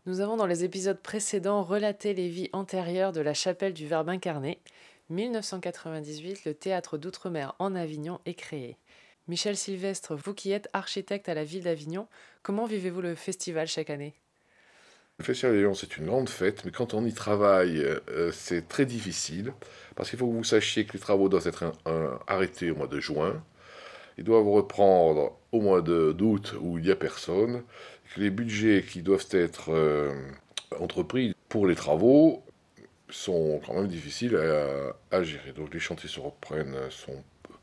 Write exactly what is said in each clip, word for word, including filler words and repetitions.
Nous avons dans les épisodes précédents relaté les vies antérieures de la chapelle du Verbe incarné. mille neuf cent quatre-vingt-dix-huit, le théâtre d'outre-mer en Avignon est créé. Michel Sylvestre, vous qui êtes architecte à la ville d'Avignon, comment vivez-vous le festival chaque année ? Le Festival d'Avignon, c'est une grande fête, mais quand on y travaille, euh, c'est très difficile, parce qu'il faut que vous sachiez que les travaux doivent être un- un- arrêtés au mois de juin, ils doivent reprendre au mois de- d'août où il n'y a personne, que les budgets qui doivent être euh, entrepris pour les travaux sont quand même difficiles à, à gérer. Donc les chantiers se reprennent sont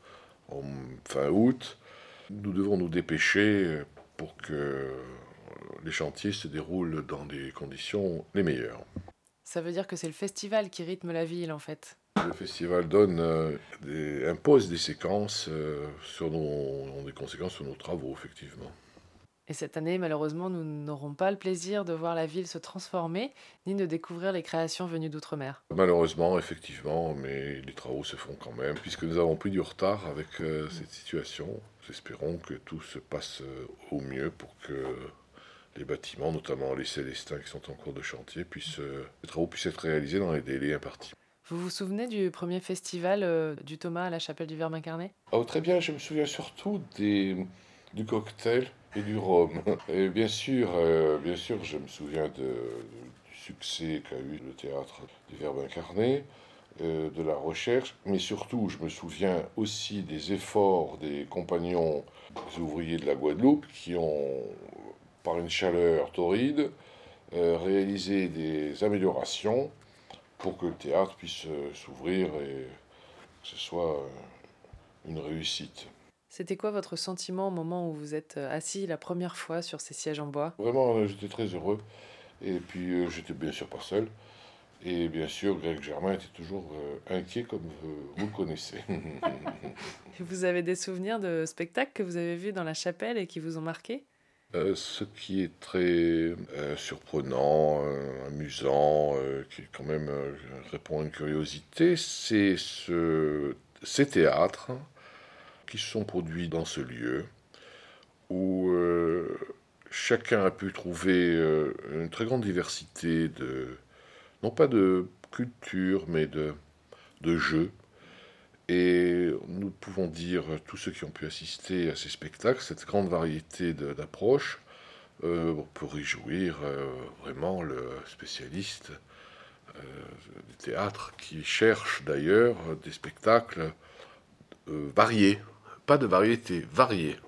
en fin août. Nous devons nous dépêcher pour que les chantiers se déroulent dans des conditions les meilleures. Ça veut dire que c'est le festival qui rythme la ville en fait. Le festival donne, euh, des, impose des séquences euh, sur nos, ont des conséquences sur nos travaux, effectivement. Et cette année, malheureusement, nous n'aurons pas le plaisir de voir la ville se transformer, ni de découvrir les créations venues d'outre-mer. Malheureusement, effectivement, mais les travaux se font quand même, puisque nous avons pris du retard avec euh, cette situation. Nous espérons que tout se passe euh, au mieux pour que les bâtiments, notamment les Célestins qui sont en cours de chantier, puissent, euh, les travaux puissent être réalisés dans les délais impartis. Vous vous souvenez du premier festival euh, du Thomas à la chapelle du Verbe incarné ? Oh, très bien, je me souviens surtout des, du cocktail et du rhum. Et bien sûr, euh, bien sûr, je me souviens de, du succès qu'a eu le théâtre du Verbe incarné, euh, de la recherche, mais surtout, je me souviens aussi des efforts des compagnons des ouvriers de la Guadeloupe qui ont, par une chaleur torride, euh, réalisé des améliorations pour que le théâtre puisse euh, s'ouvrir et que ce soit euh, une réussite. C'était quoi votre sentiment au moment où vous êtes euh, assis la première fois sur ces sièges en bois ? Vraiment, euh, j'étais très heureux. Et puis, euh, j'étais bien sûr pas seul. Et bien sûr, Greg Germain était toujours euh, inquiet, comme euh, vous le connaissez. Vous avez des souvenirs de spectacles que vous avez vus dans la chapelle et qui vous ont marqué ? Euh, ce qui est très euh, surprenant, euh, amusant, euh, qui quand même euh, répond à une curiosité, c'est ce, ces théâtres qui se sont produits dans ce lieu, où euh, chacun a pu trouver euh, une très grande diversité de, non pas de culture, mais de, de jeux. Et nous pouvons dire, tous ceux qui ont pu assister à ces spectacles, cette grande variété de- d'approches, euh, on peut réjouir euh, vraiment le spécialiste euh, du théâtre qui cherche d'ailleurs des spectacles euh, variés, pas de variété, variés.